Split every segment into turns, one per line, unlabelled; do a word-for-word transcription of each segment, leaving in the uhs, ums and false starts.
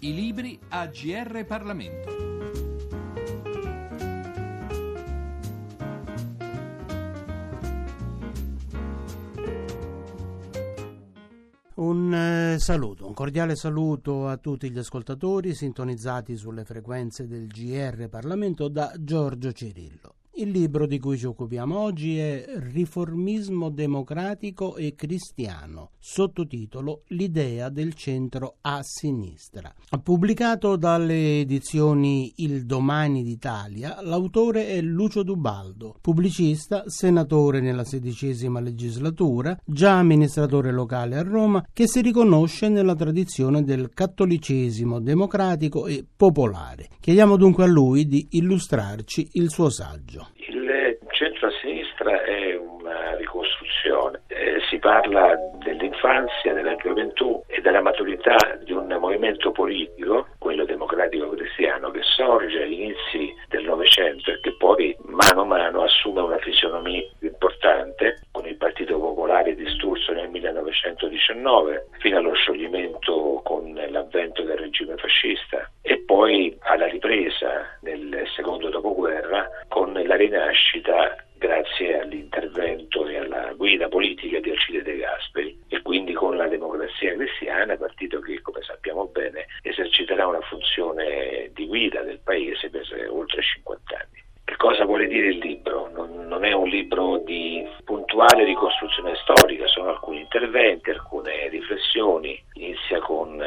I libri a G R Parlamento.
Un eh, saluto, un cordiale saluto a tutti gli ascoltatori sintonizzati sulle frequenze del G R Parlamento da Giorgio Cirillo. Il libro di cui ci occupiamo oggi è Riformismo democratico e cristiano, sottotitolo L'idea del centro a sinistra. Pubblicato dalle edizioni Il Domani d'Italia, l'autore è Lucio Dubaldo, pubblicista, senatore nella sedicesima legislatura, già amministratore locale a Roma, che si riconosce nella tradizione del cattolicesimo democratico e popolare. Chiediamo dunque a lui di illustrarci il suo saggio.
Il centro a sinistra è una ricostruzione, eh, si parla dell'infanzia, della gioventù e della maturità di un movimento politico, quello democratico cristiano, che sorge agli inizi del Novecento e che poi mano a mano assume una fisionomia importante, con il Partito Popolare di Sturzo nel millenovecentodiciannove, fino allo scioglimento con l'avvento del regime fascista, e poi alla ripresa nel secondo dopoguerra con la rinascita grazie all'intervento e alla guida politica di Alcide De Gasperi, e quindi con la Democrazia Cristiana, partito che, come sappiamo bene, eserciterà una funzione di guida del paese per oltre cinquanta anni. Che cosa vuole dire il libro? Non, non è un libro di puntuale ricostruzione storica, sono alcuni interventi, alcune riflessioni. Inizia con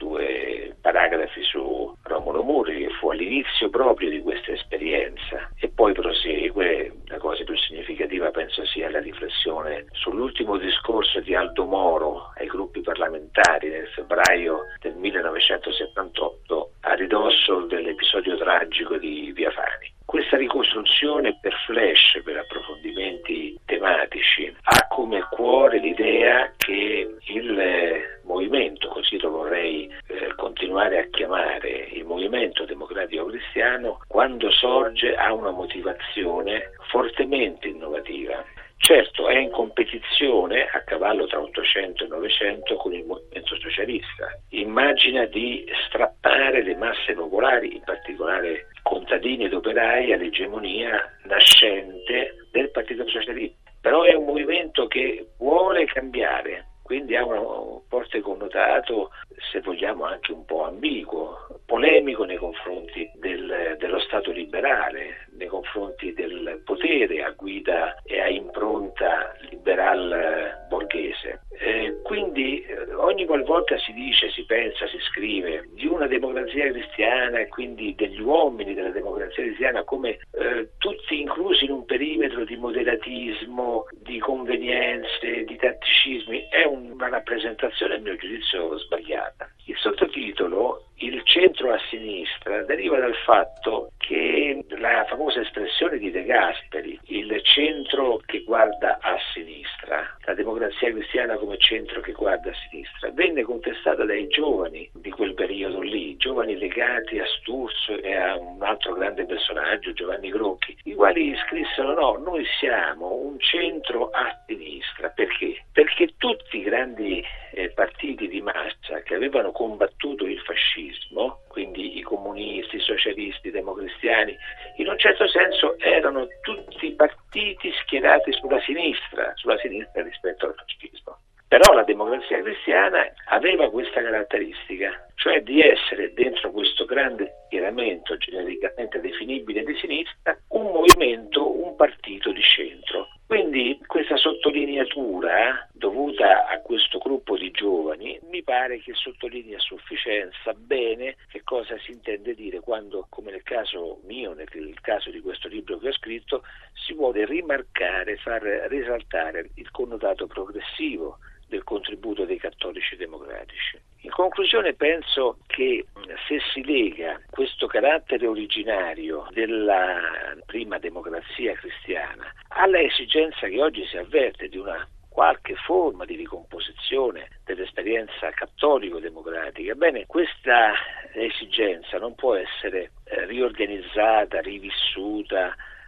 due paragrafi su Romolo Murri, che fu all'inizio proprio di questa esperienza, e poi prosegue. La cosa più significativa penso sia la riflessione sull'ultimo discorso di Aldo Moro ai gruppi parlamentari nel febbraio del millenovecentosettantotto, a ridosso dell'episodio tragico di Via Fani. Questa ricostruzione per flash, per approfondimenti tematici, ha come cuore l'idea che il movimento, così lo vorrei eh, continuare a chiamare, il movimento democratico cristiano, quando sorge ha una motivazione fortemente innovativa. Certo, è in competizione a cavallo tra Ottocento e Novecento con il movimento socialista. Immagina di strappare le masse popolari, in particolare contadini ed operai, all'egemonia nascente del Partito Socialista. Però è un movimento che vuole cambiare, quindi ha un forte connotato, se vogliamo anche un po' ambiguo, polemico nei confronti del, dello Stato liberale, nei confronti del potere a guida e a impronta liberal borghese. Eh, quindi ogni qualvolta si dice, si pensa, si scrive di una democrazia cristiana e quindi degli uomini della democrazia cristiana come eh, tutti inclusi in un perimetro di moderatismo, di convenienze, di tatticismi, è una rappresentazione a mio giudizio sbagliata. Il sottotitolo, il centro a sinistra, deriva dal fatto che la famosa espressione di De Gasperi, il centro che guarda a sinistra, la democrazia cristiana come centro che guarda a sinistra, venne contestata dai giovani di quel periodo lì, giovani legati a Sturzo e a un altro grande personaggio, Giovanni Gronchi, i quali scrissero: no, noi siamo un centro a sinistra. Perché? Perché tutti i grandi eh, partiti di massa che avevano combattuto il fascismo, quindi i comunisti, i socialisti, i democristiani, in un certo senso erano tutti partiti schierati sulla sinistra, sulla sinistra rispetto al fascismo. Però la democrazia cristiana aveva questa caratteristica, cioè di essere dentro questo grande schieramento genericamente definibile di sinistra un movimento, un partito di centro. Quindi questa sottolineatura dovuta a questo gruppo di giovani mi pare che sottolinea a sufficienza bene che cosa si intende dire quando, come nel caso mio, nel caso di questo libro che ho scritto, si vuole rimarcare, far risaltare il connotato progressivo del contributo dei cattolici democratici. In conclusione, penso che se si lega questo carattere originario della prima democrazia cristiana alla esigenza che oggi si avverte di una qualche forma di ricomposizione dell'esperienza cattolico-democratica, bene, questa esigenza non può essere eh, riorganizzata, rivissuta,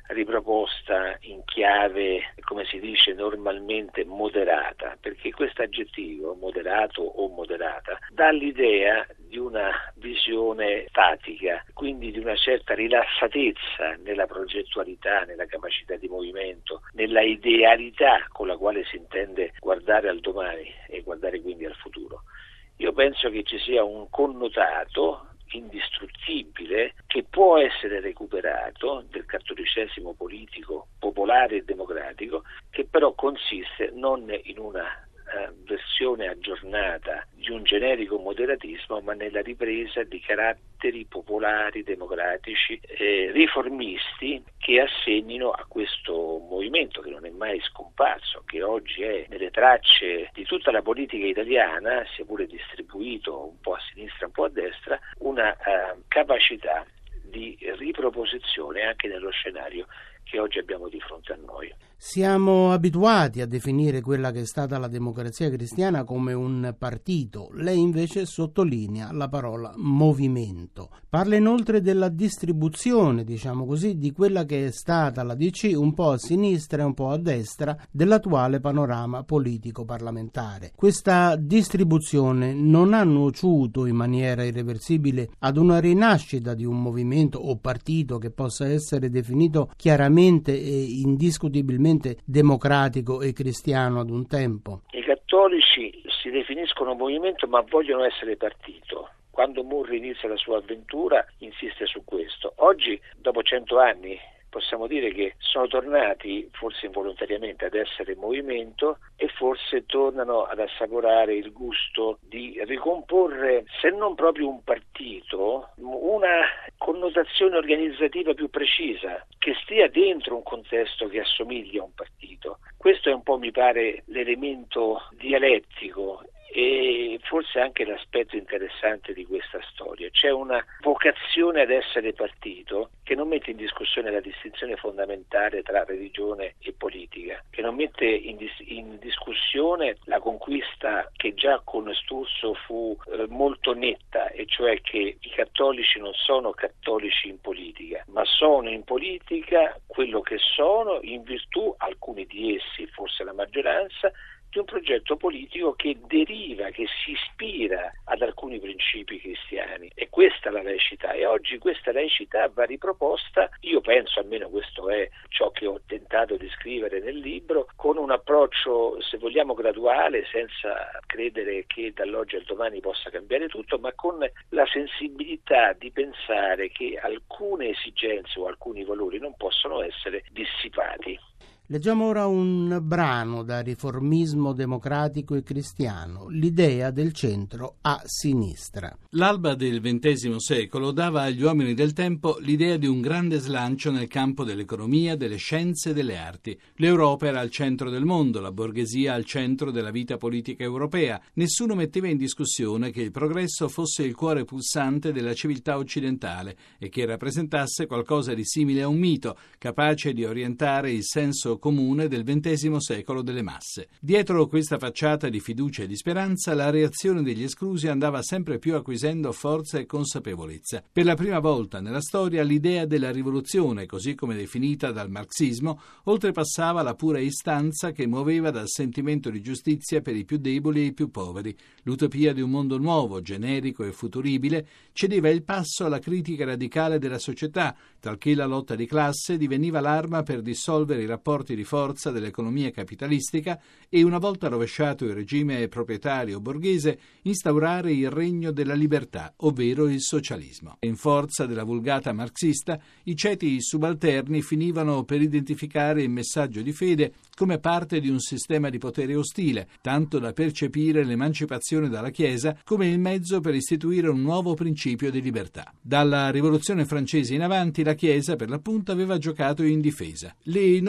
riproposta in chiave, come si dice normalmente, moderata, perché questo aggettivo, moderato o moderata, dà l'idea di una visione statica, quindi di una certa rilassatezza nella progettualità, nella capacità di movimento, nella idealità con la quale si intende guardare al domani e guardare quindi al futuro. Io penso che ci sia un connotato indistruttibile che può essere recuperato del cattolicesimo politico popolare e democratico, che però consiste non in una eh, versione aggiornata di un generico moderatismo, ma nella ripresa di caratteri popolari, democratici, eh, riformisti che assegnino a questo movimento, che non è mai scomparso, che oggi è nelle tracce di tutta la politica italiana, sia pure distribuito un po' a sinistra, un po' a destra, una uh, capacità di riproposizione anche nello scenario che oggi abbiamo di fronte a noi.
Siamo abituati a definire quella che è stata la Democrazia Cristiana come un partito. Lei invece sottolinea la parola movimento. Parla inoltre della distribuzione, diciamo così, di quella che è stata la D C un po' a sinistra e un po' a destra dell'attuale panorama politico parlamentare. Questa distribuzione non ha nuociuto in maniera irreversibile ad una rinascita di un movimento o partito che possa essere definito chiaramente e indiscutibilmente democratico e cristiano ad un tempo.
I cattolici si definiscono movimento ma vogliono essere partito. Quando Murri inizia la sua avventura insiste su questo. Oggi, dopo cento anni, possiamo dire che sono tornati, forse involontariamente, ad essere movimento e forse tornano ad assaporare il gusto di ricomporre, se non proprio un partito, una connotazione organizzativa più precisa, che stia dentro un contesto che assomiglia a un partito. Questo è un po', mi pare, l'elemento dialettico e forse anche l'aspetto interessante di questa storia. C'è una vocazione ad essere partito che non mette in discussione la distinzione fondamentale tra religione e politica, che non mette in, dis- in discussione la conquista che già con Sturzo fu eh, molto netta, e cioè che i cattolici non sono cattolici in politica, ma sono in politica quello che sono in virtù, alcuni di essi, forse la maggioranza, di un progetto politico che deriva, che si ispira ad alcuni principi cristiani. E questa è la laicità, e oggi questa laicità va riproposta, io penso, almeno questo è ciò che ho tentato di scrivere nel libro, con un approccio, se vogliamo, graduale, senza credere che dall'oggi al domani possa cambiare tutto, ma con la sensibilità di pensare che alcune esigenze o alcuni valori non possono essere dissipati.
Leggiamo ora un brano da Riformismo democratico e cristiano, l'idea del centro a sinistra.
L'alba del ventesimo secolo dava agli uomini del tempo l'idea di un grande slancio nel campo dell'economia, delle scienze e delle arti. L'Europa era al centro del mondo, la borghesia al centro della vita politica europea. Nessuno metteva in discussione che il progresso fosse il cuore pulsante della civiltà occidentale e che rappresentasse qualcosa di simile a un mito, capace di orientare il senso comune del ventesimo secolo delle masse. Dietro questa facciata di fiducia e di speranza, la reazione degli esclusi andava sempre più acquisendo forza e consapevolezza. Per la prima volta nella storia l'idea della rivoluzione, così come definita dal marxismo, oltrepassava la pura istanza che muoveva dal sentimento di giustizia per i più deboli e i più poveri. L'utopia di un mondo nuovo, generico e futuribile, cedeva il passo alla critica radicale della società, talché la lotta di classe diveniva l'arma per dissolvere i rapporti di forza dell'economia capitalistica e, una volta rovesciato il regime proprietario borghese, instaurare il regno della libertà, ovvero il socialismo. In forza della vulgata marxista, i ceti subalterni finivano per identificare il messaggio di fede come parte di un sistema di potere ostile, tanto da percepire l'emancipazione dalla Chiesa come il mezzo per istituire un nuovo principio di libertà. Dalla Rivoluzione francese in avanti la Chiesa, per l'appunto, aveva giocato in difesa. Le novità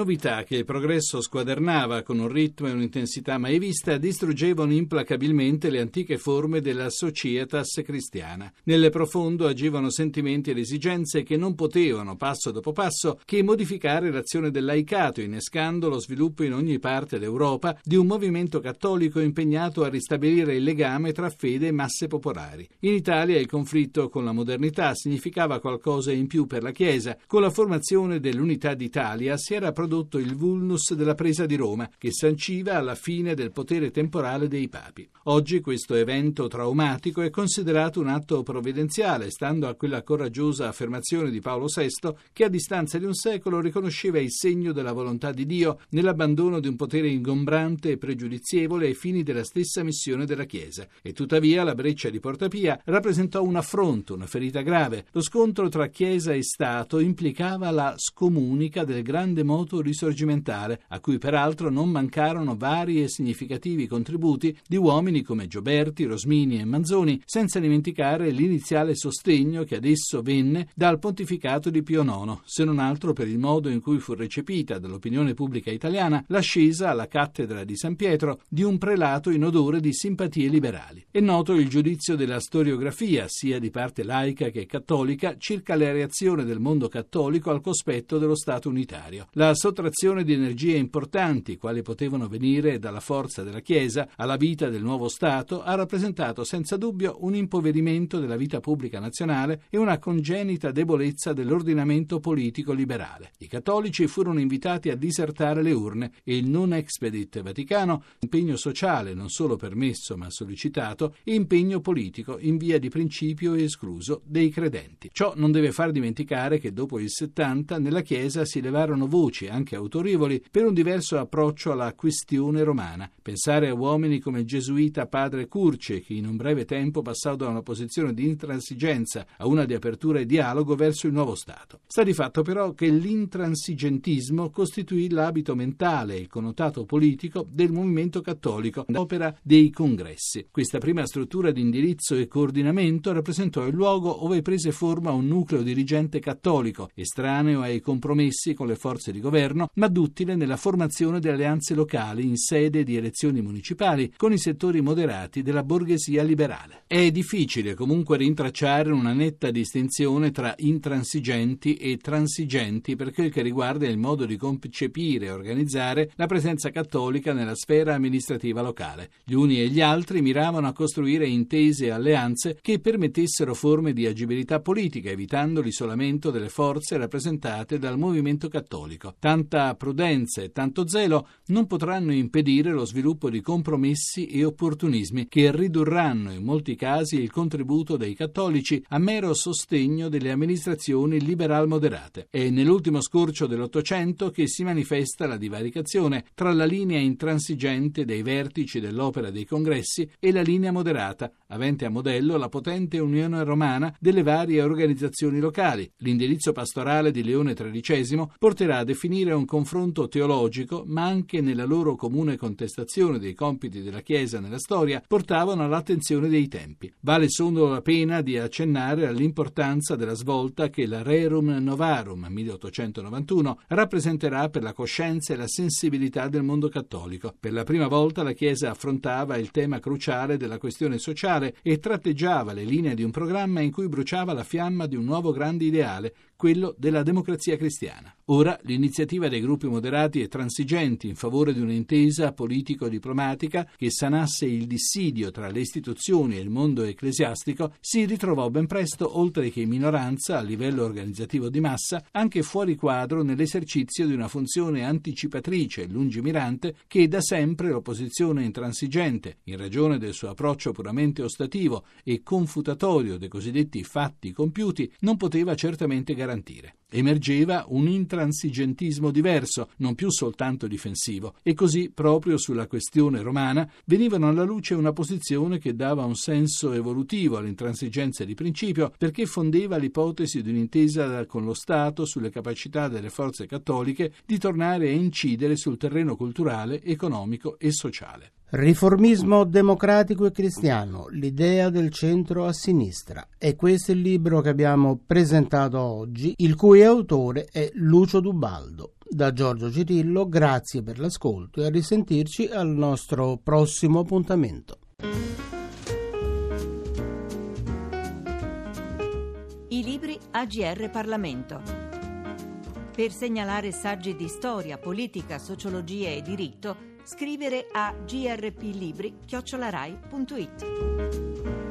che il progresso squadernava con un ritmo e un'intensità mai vista, distruggevano implacabilmente le antiche forme della societas cristiana. Nelle profondo agivano sentimenti ed esigenze che non potevano, passo dopo passo, che modificare l'azione del laicato, innescando lo sviluppo in ogni parte d'Europa di un movimento cattolico impegnato a ristabilire il legame tra fede e masse popolari. In Italia il conflitto con la modernità significava qualcosa in più per la Chiesa. Con la formazione dell'Unità d'Italia si era prodotto il vulnus della presa di Roma, che sanciva alla fine del potere temporale dei papi. Oggi questo evento traumatico è considerato un atto provvidenziale, stando a quella coraggiosa affermazione di Paolo sesto che a distanza di un secolo riconosceva il segno della volontà di Dio nell'abbandono di un potere ingombrante e pregiudizievole ai fini della stessa missione della Chiesa. E tuttavia la breccia di Porta Pia rappresentò un affronto, una ferita grave. Lo scontro tra Chiesa e Stato implicava la scomunica del grande moto risorgimentale, a cui peraltro non mancarono vari e significativi contributi di uomini come Gioberti, Rosmini e Manzoni, senza dimenticare l'iniziale sostegno che ad esso venne dal pontificato di Pio nono, se non altro per il modo in cui fu recepita dall'opinione pubblica italiana l'ascesa alla cattedra di San Pietro di un prelato in odore di simpatie liberali. È noto il giudizio della storiografia, sia di parte laica che cattolica, circa la reazione del mondo cattolico al cospetto dello Stato unitario. La sottrazione di energie importanti, quali potevano venire dalla forza della Chiesa, alla vita del nuovo Stato, ha rappresentato senza dubbio un impoverimento della vita pubblica nazionale e una congenita debolezza dell'ordinamento politico liberale. I cattolici furono invitati a disertare le urne e il non expedit Vaticano, impegno sociale non solo permesso ma sollecitato, e impegno politico in via di principio escluso dei credenti. Ciò non deve far dimenticare che dopo il settanta nella Chiesa si levarono voci, anche autorevoli, per un diverso approccio alla questione romana. Pensare a uomini come il gesuita padre Curce, che in un breve tempo passò da una posizione di intransigenza a una di apertura e dialogo verso il nuovo Stato. Sta di fatto però che l'intransigentismo costituì l'abito mentale e il connotato politico del movimento cattolico, l'opera dei congressi. Questa prima struttura di indirizzo e coordinamento rappresentò il luogo ove prese forma un nucleo dirigente cattolico, estraneo ai compromessi con le forze di governo, ma duttile nella formazione di alleanze locali in sede di elezioni municipali con i settori moderati della borghesia liberale. È difficile comunque rintracciare una netta distinzione tra intransigenti e transigenti per quel che riguarda il modo di concepire e organizzare la presenza cattolica nella sfera amministrativa locale. Gli uni e gli altri miravano a costruire intese e alleanze che permettessero forme di agibilità politica, evitando l'isolamento delle forze rappresentate dal movimento cattolico. Tanta prudenza e tanto zelo non potranno impedire lo sviluppo di compromessi e opportunismi che ridurranno in molti casi il contributo dei cattolici a mero sostegno delle amministrazioni liberal moderate. È nell'ultimo scorcio dell'Ottocento che si manifesta la divaricazione tra la linea intransigente dei vertici dell'opera dei congressi e la linea moderata, avente a modello la potente Unione Romana delle varie organizzazioni locali. L'indirizzo pastorale di Leone tredicesimo porterà a definire un confronto teologico, ma anche nella loro comune contestazione dei compiti della Chiesa nella storia portavano all'attenzione dei tempi. Vale solo la pena di accennare all'importanza della svolta che la Rerum Novarum milleottocentonovantuno rappresenterà per la coscienza e la sensibilità del mondo cattolico. Per la prima volta la Chiesa affrontava il tema cruciale della questione sociale e tratteggiava le linee di un programma in cui bruciava la fiamma di un nuovo grande ideale, quello della democrazia cristiana. Ora l'iniziativa dei gruppi moderati e transigenti in favore di un'intesa politico-diplomatica che sanasse il dissidio tra le istituzioni e il mondo ecclesiastico si ritrovò ben presto, oltre che in minoranza a livello organizzativo di massa, anche fuori quadro nell'esercizio di una funzione anticipatrice e lungimirante che da sempre l'opposizione intransigente, in ragione del suo approccio puramente ostativo e confutatorio dei cosiddetti fatti compiuti, non poteva certamente garantire. Emergeva un intransigentismo diverso, non più soltanto difensivo, e così, proprio sulla questione romana, venivano alla luce una posizione che dava un senso evolutivo all'intransigenza di principio, perché fondeva l'ipotesi di un'intesa con lo Stato sulle capacità delle forze cattoliche di tornare a incidere sul terreno culturale, economico e sociale.
Riformismo democratico e cristiano, l'idea del centro a sinistra. E questo è il libro che abbiamo presentato oggi, il cui autore è Lucio Dubaldo. Da Giorgio Cirillo, grazie per l'ascolto e a risentirci al nostro prossimo appuntamento.
I libri A G R Parlamento. Per segnalare saggi di storia, politica, sociologia e diritto, scrivere a grplibri chiocciola rai punto it.